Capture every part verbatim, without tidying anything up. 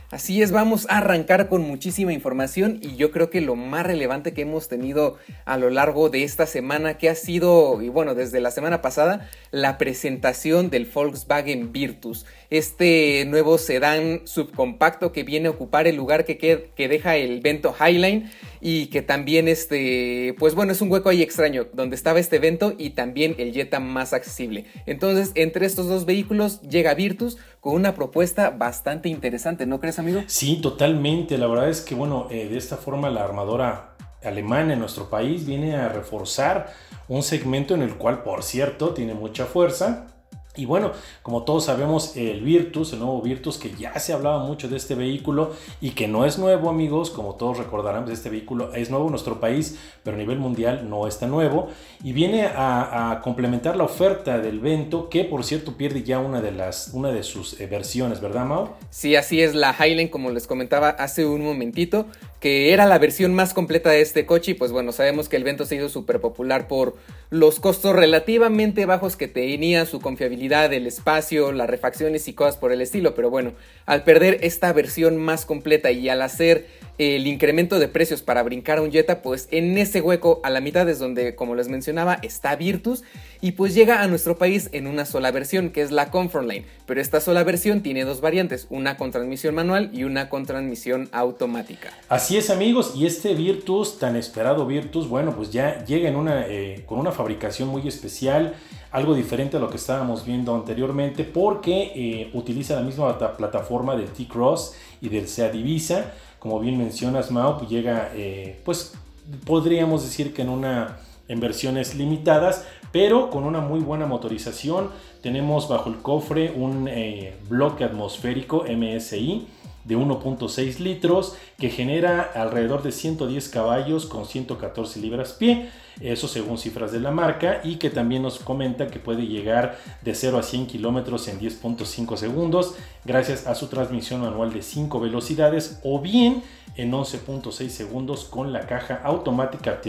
Así es, vamos a arrancar con muchísima información y yo creo que lo más relevante que hemos tenido a lo largo de esta semana, que ha sido, y bueno, desde la semana pasada, la presentación del Volkswagen Virtus, este nuevo sedán subcompacto que viene a ocupar el lugar que, que, que deja el Vento Highline y que también, este, pues bueno, es un hueco ahí extraño, donde estaba este Vento y también el Jetta más accesible. Entonces, entre estos dos vehículos llega Virtus con una propuesta bastante interesante, ¿no crees, amigo? Sí, totalmente. La verdad es que, bueno, eh, de esta forma la armadora alemana en nuestro país viene a reforzar un segmento en el cual, por cierto, tiene mucha fuerza. Y bueno, como todos sabemos, el Virtus, el nuevo Virtus, que ya se hablaba mucho de este vehículo y que no es nuevo, amigos, como todos recordarán, este vehículo es nuevo en nuestro país, pero a nivel mundial no está nuevo, y viene a, a complementar la oferta del Vento, que por cierto pierde ya una de, las, una de sus eh, versiones, ¿verdad, Mau? Sí, así es, la Highline, como les comentaba hace un momentito, que era la versión más completa de este coche, y pues bueno, sabemos que el Vento se ha ido súper popular por los costos relativamente bajos que tenía, su confiabilidad, el espacio, las refacciones y cosas por el estilo, pero bueno, al perder esta versión más completa y al hacer el incremento de precios para brincar a un Jetta, pues en ese hueco a la mitad es donde, como les mencionaba, está Virtus, y pues llega a nuestro país en una sola versión, que es la Comfortline, pero esta sola versión tiene dos variantes, una con transmisión manual y una con transmisión automática. Así es, amigos, y este Virtus, tan esperado Virtus, bueno, pues ya llega en una, eh, con una fabricación muy especial, algo diferente a lo que estábamos viendo anteriormente, porque eh, utiliza la misma plataforma del T-Cross y del Seat Ibiza. Como bien mencionas, Mau, pues llega, eh, pues podríamos decir que en, una, en versiones limitadas, pero con una muy buena motorización. Tenemos bajo el cofre un eh, bloque atmosférico M S I de uno punto seis litros que genera alrededor de ciento diez caballos con ciento catorce libras-pie, eso según cifras de la marca, y que también nos comenta que puede llegar de cero a cien kilómetros en diez punto cinco segundos gracias a su transmisión manual de cinco velocidades, o bien en once punto seis segundos con la caja automática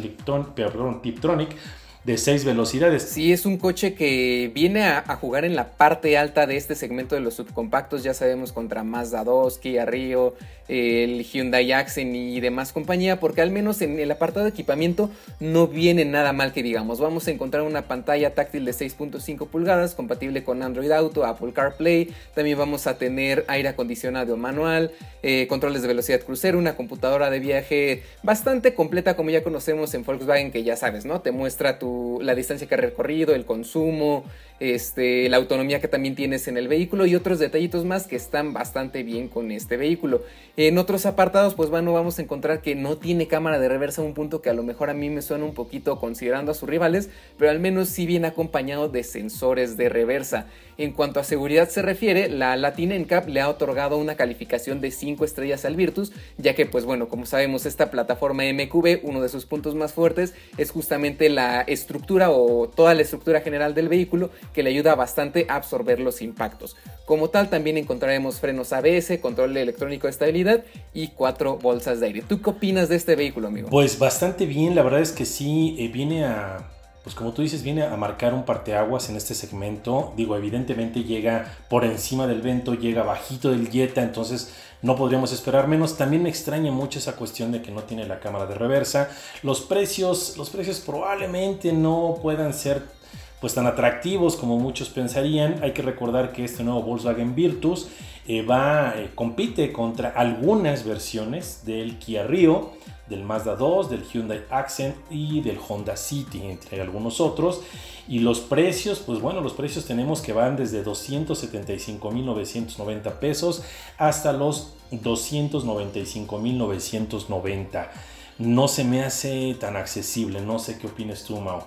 Tiptronic de seis velocidades. Sí, es un coche que viene a, a jugar en la parte alta de este segmento de los subcompactos, ya sabemos, contra Mazda dos, Kia Rio, el Hyundai Accent y demás compañía, porque al menos en el apartado de equipamiento no viene nada mal que digamos. Vamos a encontrar una pantalla táctil de seis punto cinco pulgadas, compatible con Android Auto, Apple CarPlay, también vamos a tener aire acondicionado manual, eh, controles de velocidad crucero, una computadora de viaje bastante completa como ya conocemos en Volkswagen, que ya sabes, ¿no? Te muestra tu la distancia que ha recorrido, el consumo, este, la autonomía que también tienes en el vehículo y otros detallitos más que están bastante bien con este vehículo. En otros apartados, pues bueno, vamos a encontrar que no tiene cámara de reversa, un punto que a lo mejor a mí me suena un poquito considerando a sus rivales, pero al menos sí viene acompañado de sensores de reversa. En cuanto a seguridad se refiere, la Latin N C A P le ha otorgado una calificación de cinco estrellas al Virtus, ya que pues bueno, como sabemos, esta plataforma M Q B, uno de sus puntos más fuertes es justamente la estructura o toda la estructura general del vehículo, que le ayuda bastante a absorber los impactos. Como tal, también encontraremos frenos A B S, control electrónico de estabilidad y cuatro bolsas de aire. ¿Tú qué opinas de este vehículo, amigo? Pues bastante bien, la verdad es que sí, eh, viene a... Pues como tú dices, viene a marcar un parteaguas en este segmento. Digo, evidentemente llega por encima del Vento, llega bajito del Jetta, entonces no podríamos esperar menos. También me extraña mucho esa cuestión de que no tiene la cámara de reversa. Los precios, los precios probablemente no puedan ser pues tan atractivos como muchos pensarían. Hay que recordar que este nuevo Volkswagen Virtus eh, va, eh, compite contra algunas versiones del Kia Rio, del Mazda dos, del Hyundai Accent y del Honda City, entre algunos otros. Y los precios, pues bueno, los precios tenemos que van desde doscientos setenta y cinco mil novecientos noventa pesos hasta los doscientos noventa y cinco mil novecientos noventa. No se me hace tan accesible, no sé qué opinas tú, Mau.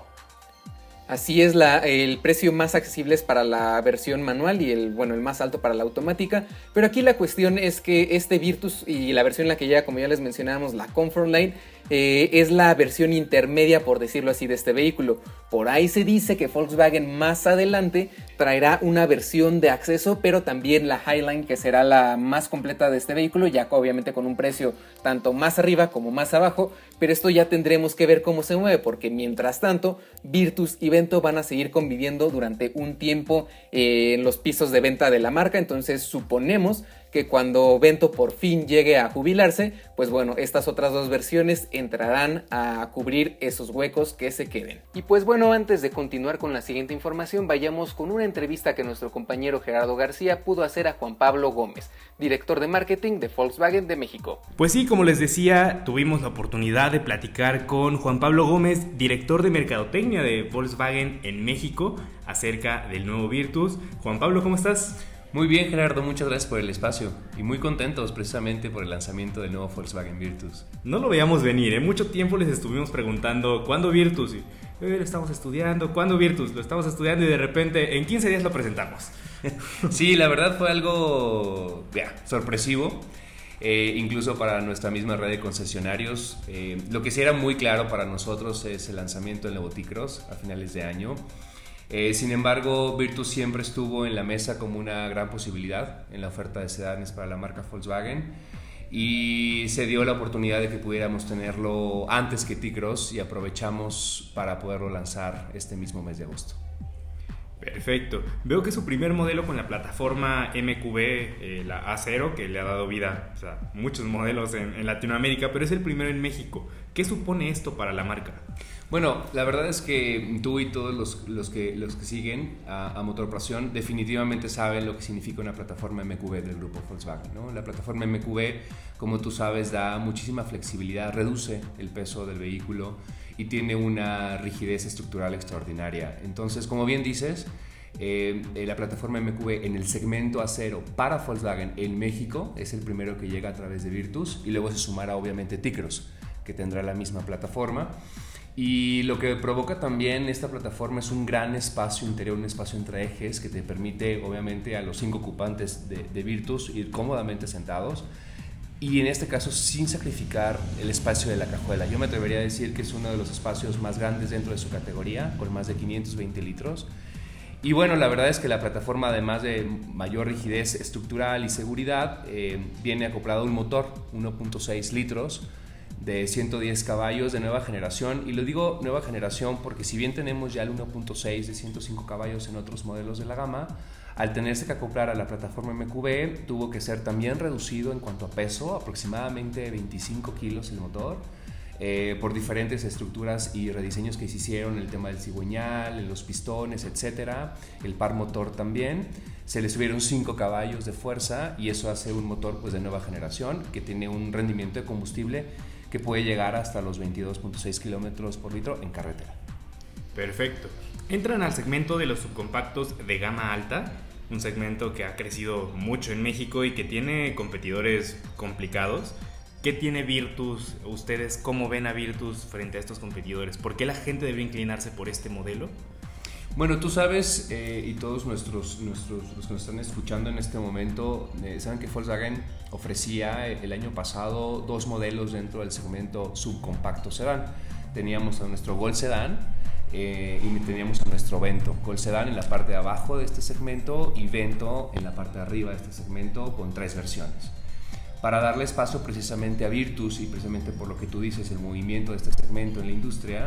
Así es, la, el precio más accesible es para la versión manual y el, bueno, el más alto para la automática, pero aquí la cuestión es que este Virtus y la versión en la que llega, como ya les mencionábamos, la Comfortline, eh, es la versión intermedia, por decirlo así, de este vehículo. Por ahí se dice que Volkswagen más adelante traerá una versión de acceso, pero también la Highline, que será la más completa de este vehículo, ya obviamente con un precio tanto más arriba como más abajo, pero esto ya tendremos que ver cómo se mueve, porque mientras tanto Virtus y Vento van a seguir conviviendo durante un tiempo eh, en los pisos de venta de la marca. Entonces suponemos que cuando Vento por fin llegue a jubilarse, pues bueno, estas otras dos versiones entrarán a cubrir esos huecos que se queden. Y pues bueno, antes de continuar con la siguiente información, vayamos con una entrevista que nuestro compañero Gerardo García pudo hacer a Juan Pablo Gómez, director de marketing de Volkswagen de México. Pues sí, como les decía, tuvimos la oportunidad de platicar con Juan Pablo Gómez, director de mercadotecnia de Volkswagen en México, acerca del nuevo Virtus. Juan Pablo, ¿cómo estás? Muy bien, Gerardo, muchas gracias por el espacio y muy contentos precisamente por el lanzamiento del nuevo Volkswagen Virtus. No lo veíamos venir, ¿eh? Mucho tiempo les estuvimos preguntando ¿cuándo Virtus? Y, eh, lo estamos estudiando, ¿cuándo Virtus? Lo estamos estudiando y de repente en quince días lo presentamos. Sí, la verdad fue algo yeah, sorpresivo, eh, incluso para nuestra misma red de concesionarios. Eh, lo que sí era muy claro para nosotros es el lanzamiento del nuevo T-Cross a finales de año. Eh, sin embargo, Virtus siempre estuvo en la mesa como una gran posibilidad en la oferta de sedanes para la marca Volkswagen y se dio la oportunidad de que pudiéramos tenerlo antes que T-Cross y aprovechamos para poderlo lanzar este mismo mes de agosto. Perfecto. Veo que es su primer modelo con la plataforma M Q B, eh, la A cero, que le ha dado vida, o sea, muchos modelos en, en Latinoamérica, pero es el primero en México. ¿Qué supone esto para la marca? Bueno, la verdad es que tú y todos los, los, que, los que siguen a, a Motorpasión definitivamente saben lo que significa una plataforma M Q B del grupo Volkswagen, ¿no? La plataforma M Q B, como tú sabes, da muchísima flexibilidad, reduce el peso del vehículo y tiene una rigidez estructural extraordinaria. Entonces, como bien dices, eh, la plataforma M Q B en el segmento acero para Volkswagen en México es el primero que llega a través de Virtus y luego se sumará obviamente T-Cross, que tendrá la misma plataforma. Y lo que provoca también esta plataforma es un gran espacio interior, un espacio entre ejes que te permite obviamente a los cinco ocupantes de, de Virtus ir cómodamente sentados y en este caso sin sacrificar el espacio de la cajuela. Yo me atrevería a decir que es uno de los espacios más grandes dentro de su categoría, con más de quinientos veinte litros. Y bueno, la verdad es que la plataforma, además de mayor rigidez estructural y seguridad, eh, viene acoplado a un motor uno punto seis litros de ciento diez caballos de nueva generación, y lo digo nueva generación porque si bien tenemos ya el uno punto seis de ciento cinco caballos en otros modelos de la gama, al tenerse que acoplar a la plataforma M Q B tuvo que ser también reducido en cuanto a peso, aproximadamente veinticinco kilos el motor, eh, por diferentes estructuras y rediseños que se hicieron, el tema del cigüeñal, los pistones, etcétera, el par motor también. Se le subieron cinco caballos de fuerza y eso hace un motor pues de nueva generación que tiene un rendimiento de combustible que puede llegar hasta los veintidós punto seis kilómetros por litro en carretera. Perfecto. Entran al segmento de los subcompactos de gama alta, un segmento que ha crecido mucho en México y que tiene competidores complicados. ¿Qué tiene Virtus? ¿Ustedes cómo ven a Virtus frente a estos competidores? ¿Por qué la gente debe inclinarse por este modelo? Bueno, tú sabes, eh, y todos nuestros, nuestros, los que nos están escuchando en este momento, eh, saben que Volkswagen ofrecía el año pasado dos modelos dentro del segmento subcompacto sedán. Teníamos a nuestro Gol Sedán eh, y teníamos a nuestro Vento. Gol Sedán en la parte de abajo de este segmento y Vento en la parte de arriba de este segmento con tres versiones. Para darle espacio precisamente a Virtus y precisamente por lo que tú dices, el movimiento de este segmento en la industria,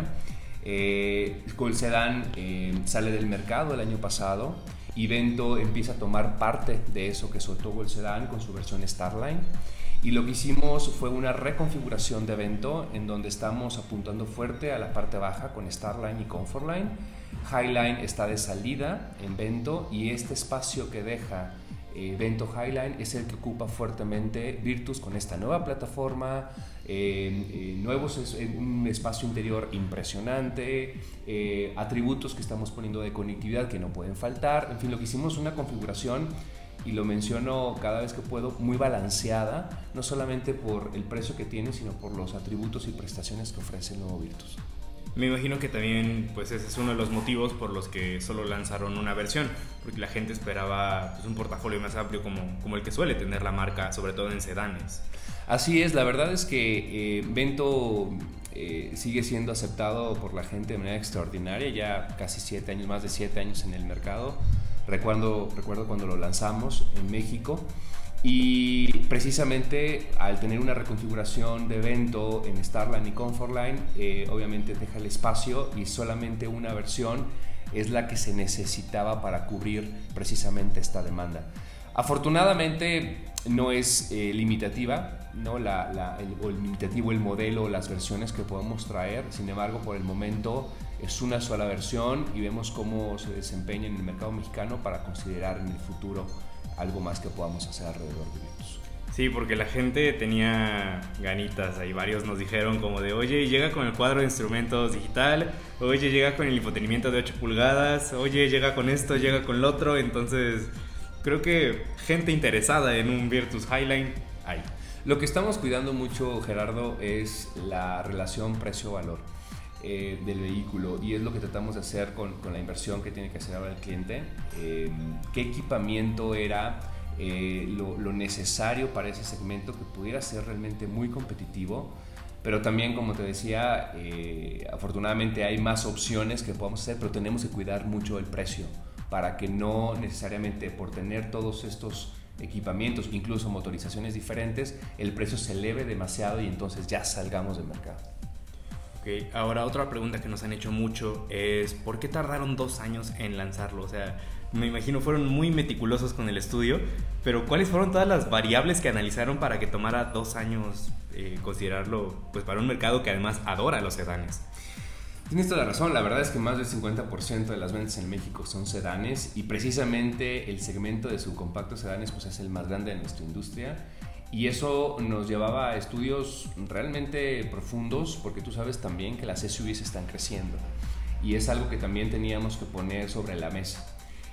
Eh, Gol Sedán eh, sale del mercado el año pasado y Vento empieza a tomar parte de eso que soltó Gol Sedán con su versión Starline, y lo que hicimos fue una reconfiguración de Vento en donde estamos apuntando fuerte a la parte baja con Starline y Comfortline. Highline está de salida en Vento y este espacio que deja eh, Vento Highline es el que ocupa fuertemente Virtus con esta nueva plataforma, eh, eh, nuevos es, eh, un espacio interior impresionante, eh, atributos que estamos poniendo de conectividad que no pueden faltar. En fin, lo que hicimos es una configuración, y lo menciono cada vez que puedo, muy balanceada, no solamente por el precio que tiene, sino por los atributos y prestaciones que ofrece el nuevo Virtus. Me imagino que también pues ese es uno de los motivos por los que solo lanzaron una versión, porque la gente esperaba pues, un portafolio más amplio como, como el que suele tener la marca, sobre todo en sedanes. Así es, la verdad es que eh, Vento eh, sigue siendo aceptado por la gente de manera extraordinaria, ya casi siete años, más de siete años en el mercado. Recuerdo, recuerdo cuando lo lanzamos en México, y precisamente al tener una reconfiguración de Vento en Starline y Comfortline, eh, obviamente deja el espacio y solamente una versión es la que se necesitaba para cubrir precisamente esta demanda. Afortunadamente no es eh, limitativa, ¿no? La, la, el, o el limitativo, el modelo, las versiones que podemos traer. Sin embargo, por el momento es una sola versión y vemos cómo se desempeña en el mercado mexicano para considerar en el futuro algo más que podamos hacer alrededor de Virtus. Sí, porque la gente tenía ganitas, ahí varios nos dijeron como de, oye, llega con el cuadro de instrumentos digital, oye, llega con el infotenimiento de ocho pulgadas, oye, llega con esto, llega con lo otro. Entonces creo que gente interesada en un Virtus Highline hay. Lo que estamos cuidando mucho, Gerardo, es la relación precio-valor eh, del vehículo, y es lo que tratamos de hacer con, con la inversión que tiene que hacer ahora el cliente. Eh, ¿Qué equipamiento era eh, lo, lo necesario para ese segmento que pudiera ser realmente muy competitivo? Pero también, como te decía, eh, afortunadamente hay más opciones que podemos hacer, pero tenemos que cuidar mucho el precio para que no necesariamente por tener todos estos equipamientos, incluso motorizaciones diferentes, el precio se eleve demasiado y entonces ya salgamos del mercado. Ok, ahora otra pregunta que nos han hecho mucho es ¿por qué tardaron dos años en lanzarlo? O sea, me imagino fueron muy meticulosos con el estudio, pero ¿cuáles fueron todas las variables que analizaron para que tomara dos años eh, considerarlo, pues, para un mercado que además adora los sedanes? Tienes toda la razón, la verdad es que más del cincuenta por ciento de las ventas en México son sedanes, y precisamente el segmento de subcompactos sedanes pues es el más grande de nuestra industria, y eso nos llevaba a estudios realmente profundos, porque tú sabes también que las S U Vs están creciendo y es algo que también teníamos que poner sobre la mesa.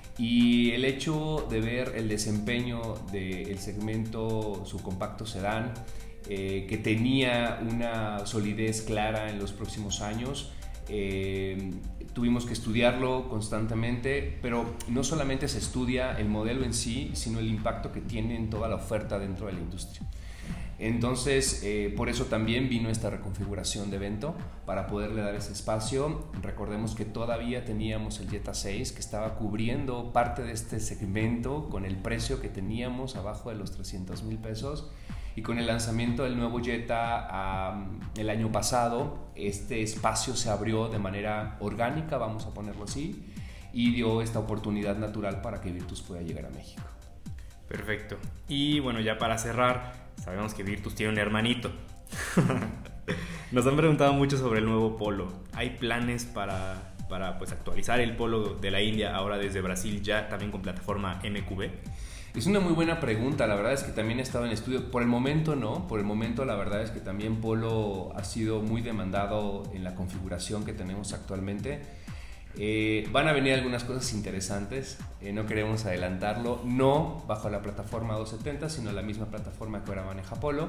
Y el hecho de ver el desempeño del segmento subcompacto sedán, eh, que tenía una solidez clara en los próximos años, Eh, tuvimos que estudiarlo constantemente, pero no solamente se estudia el modelo en sí, sino el impacto que tiene en toda la oferta dentro de la industria. Entonces, eh, por eso también vino esta reconfiguración de evento, para poderle dar ese espacio. Recordemos que todavía teníamos el Jetta seis, que estaba cubriendo parte de este segmento con el precio que teníamos abajo de los trescientos mil pesos. Y con el lanzamiento del nuevo Jetta um, el año pasado, este espacio se abrió de manera orgánica, vamos a ponerlo así, y dio esta oportunidad natural para que Virtus pueda llegar a México. Perfecto. Y bueno, ya para cerrar, sabemos que Virtus tiene un hermanito. Nos han preguntado mucho sobre el nuevo Polo. ¿Hay planes para, para pues, actualizar el Polo de la India ahora desde Brasil, ya también con plataforma M Q B? Es una muy buena pregunta, la verdad es que también he estado en estudio. Por el momento no, por el momento la verdad es que también Polo ha sido muy demandado en la configuración que tenemos actualmente. Eh, van a venir algunas cosas interesantes, eh, no queremos adelantarlo, no bajo la plataforma doscientos setenta, sino la misma plataforma que ahora maneja Polo.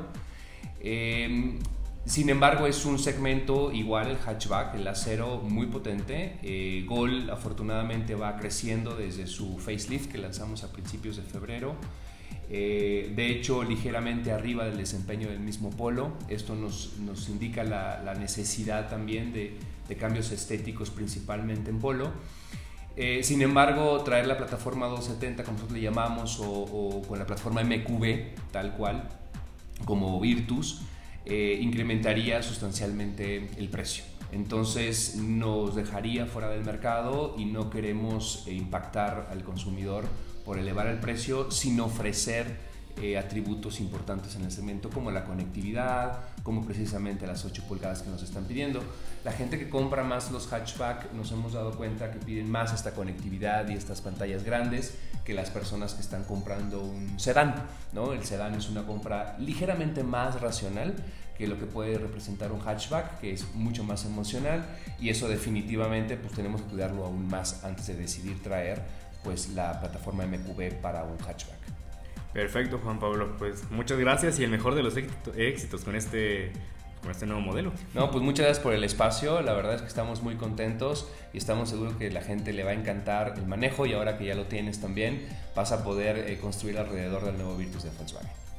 Eh, Sin embargo, es un segmento igual, el hatchback, el acero, muy potente. Eh, Gol afortunadamente va creciendo desde su facelift que lanzamos a principios de febrero. Eh, de hecho, ligeramente arriba del desempeño del mismo Polo. Esto nos, nos indica la, la necesidad también de, de cambios estéticos, principalmente en Polo. Eh, sin embargo, traer la plataforma doscientos setenta, como nosotros le llamamos, o, o con la plataforma M Q B, tal cual, como Virtus, Eh, incrementaría sustancialmente el precio. Entonces nos dejaría fuera del mercado y no queremos eh, impactar al consumidor por elevar el precio sin ofrecer eh, atributos importantes en el segmento, como la conectividad, como precisamente las ocho pulgadas que nos están pidiendo. La gente que compra más los hatchback nos hemos dado cuenta que piden más esta conectividad y estas pantallas grandes que las personas que están comprando un sedán, ¿no? El sedán es una compra ligeramente más racional que lo que puede representar un hatchback, que es mucho más emocional, y eso definitivamente pues tenemos que cuidarlo aún más antes de decidir traer pues la plataforma M Q B para un hatchback. Perfecto, Juan Pablo, pues muchas gracias y el mejor de los éxitos con este, con este nuevo modelo. No, pues muchas gracias por el espacio, la verdad es que estamos muy contentos y estamos seguros que la gente le va a encantar el manejo, y ahora que ya lo tienes también vas a poder eh, construir alrededor del nuevo Virtus de Volkswagen.